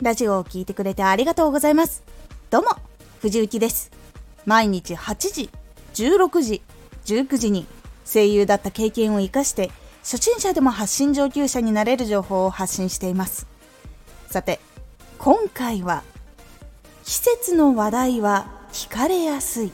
ラジオを聞いてくれてありがとうございます。どうも、藤幸です。毎日8時、16時、19時に声優だった経験を生かして初心者でも発信上級者になれる情報を発信しています。さて、今回は季節の話題は聞かれやすい。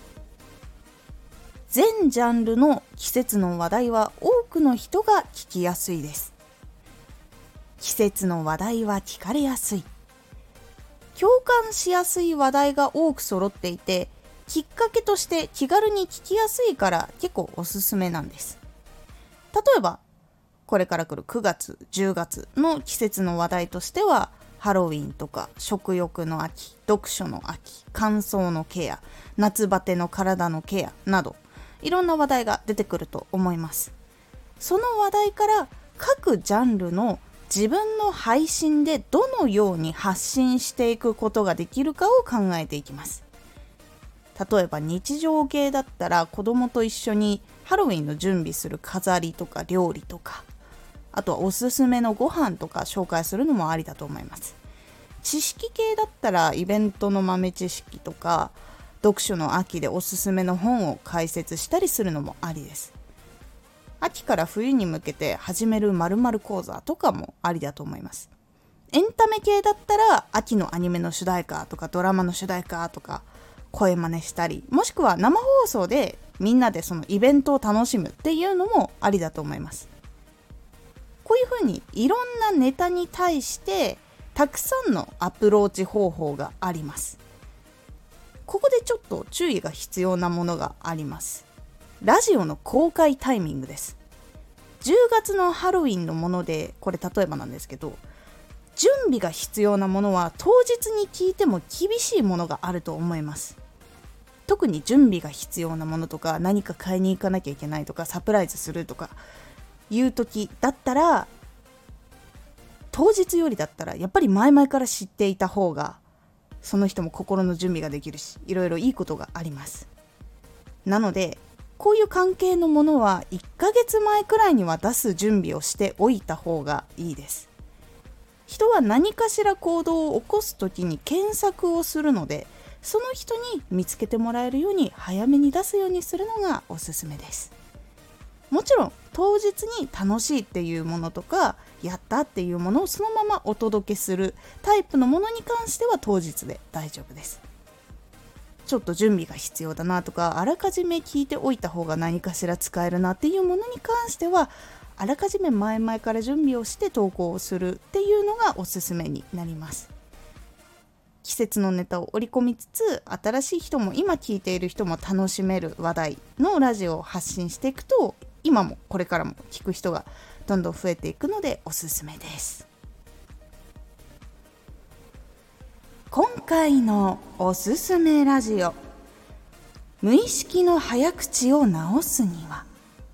全ジャンルの季節の話題は多くの人が聞きやすいです。季節の話題は聞かれやすい。共感しやすい話題が多く揃っていて、きっかけとして気軽に聞きやすいから結構おすすめなんです。例えば、これから来る9月、10月の季節の話題としては、ハロウィンとか食欲の秋、読書の秋、乾燥のケア、夏バテの体のケアなど、いろんな話題が出てくると思います。その話題から各ジャンルの自分の配信でどのように発信していくことができるかを考えていきます。例えば日常系だったら子供と一緒にハロウィンの準備する飾りとか料理とか、あとはおすすめのご飯とか紹介するのもありだと思います。知識系だったらイベントの豆知識とか、読書の秋でおすすめの本を解説したりするのもありです。秋から冬に向けて始める〇〇講座とかもありだと思います。エンタメ系だったら秋のアニメの主題歌とかドラマの主題歌とか声真似したり、もしくは生放送でみんなでそのイベントを楽しむっていうのもありだと思います。こういうふうにいろんなネタに対してたくさんのアプローチ方法があります。ここでちょっと注意が必要なものがあります。ラジオの公開タイミングです。10月のハロウィンのもので、これ例えばなんですけど、準備が必要なものは当日に聞いても厳しいものがあると思います。特に準備が必要なものとか、何か買いに行かなきゃいけないとか、サプライズするとかいう時だったら、当日よりだったらやっぱり前々から知っていた方が、その人も心の準備ができるし、いろいろいいことがあります。なのでこういう関係のものは1ヶ月前くらいには出す準備をしておいた方がいいです。人は何かしら行動を起こすときに検索をするので、その人に見つけてもらえるように早めに出すようにするのがおすすめです。もちろん当日に楽しいっていうものとかやったっていうものをそのままお届けするタイプのものに関しては当日で大丈夫です。ちょっと準備が必要だなとか、あらかじめ聞いておいた方が何かしら使えるなっていうものに関しては、あらかじめ前々から準備をして投稿をするっていうのがおすすめになります。季節のネタを織り込みつつ、新しい人も今聞いている人も楽しめる話題のラジオを発信していくと、今もこれからも聞く人がどんどん増えていくのでおすすめです。今回のおすすめラジオ、無意識の早口を直すには。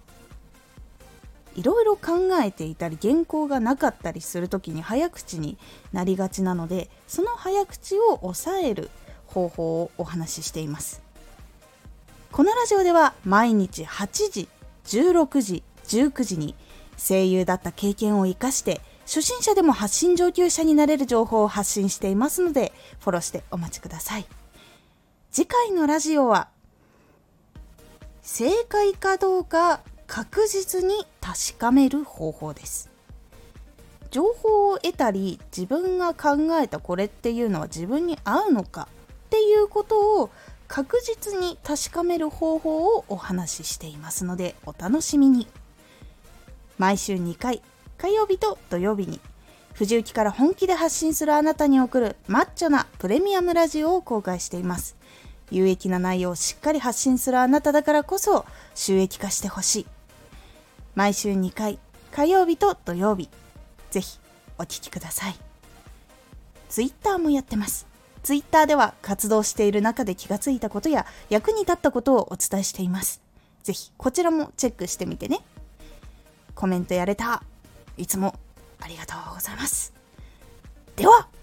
いろいろ考えていたり原稿がなかったりするときに早口になりがちなので、その早口を抑える方法をお話ししています。このラジオでは毎日8時、16時、19時に声優だった経験を生かして初心者でも発信上級者になれる情報を発信していますので、フォローしてお待ちください。次回のラジオは、正解かどうか確実に確かめる方法です。情報を得たり、自分が考えたこれっていうのは自分に合うのかっていうことを確実に確かめる方法をお話ししていますので、お楽しみに。毎週2回、火曜日と土曜日に藤雪から本気で発信するあなたに送るマッチョなプレミアムラジオを公開しています。有益な内容をしっかり発信するあなただからこそ収益化してほしい。毎週2回、火曜日と土曜日、ぜひお聞きください。ツイッターもやってます。ツイッターでは活動している中で気がついたことや役に立ったことをお伝えしています。ぜひこちらもチェックしてみてね。コメントやれた、いつもありがとうございます。では。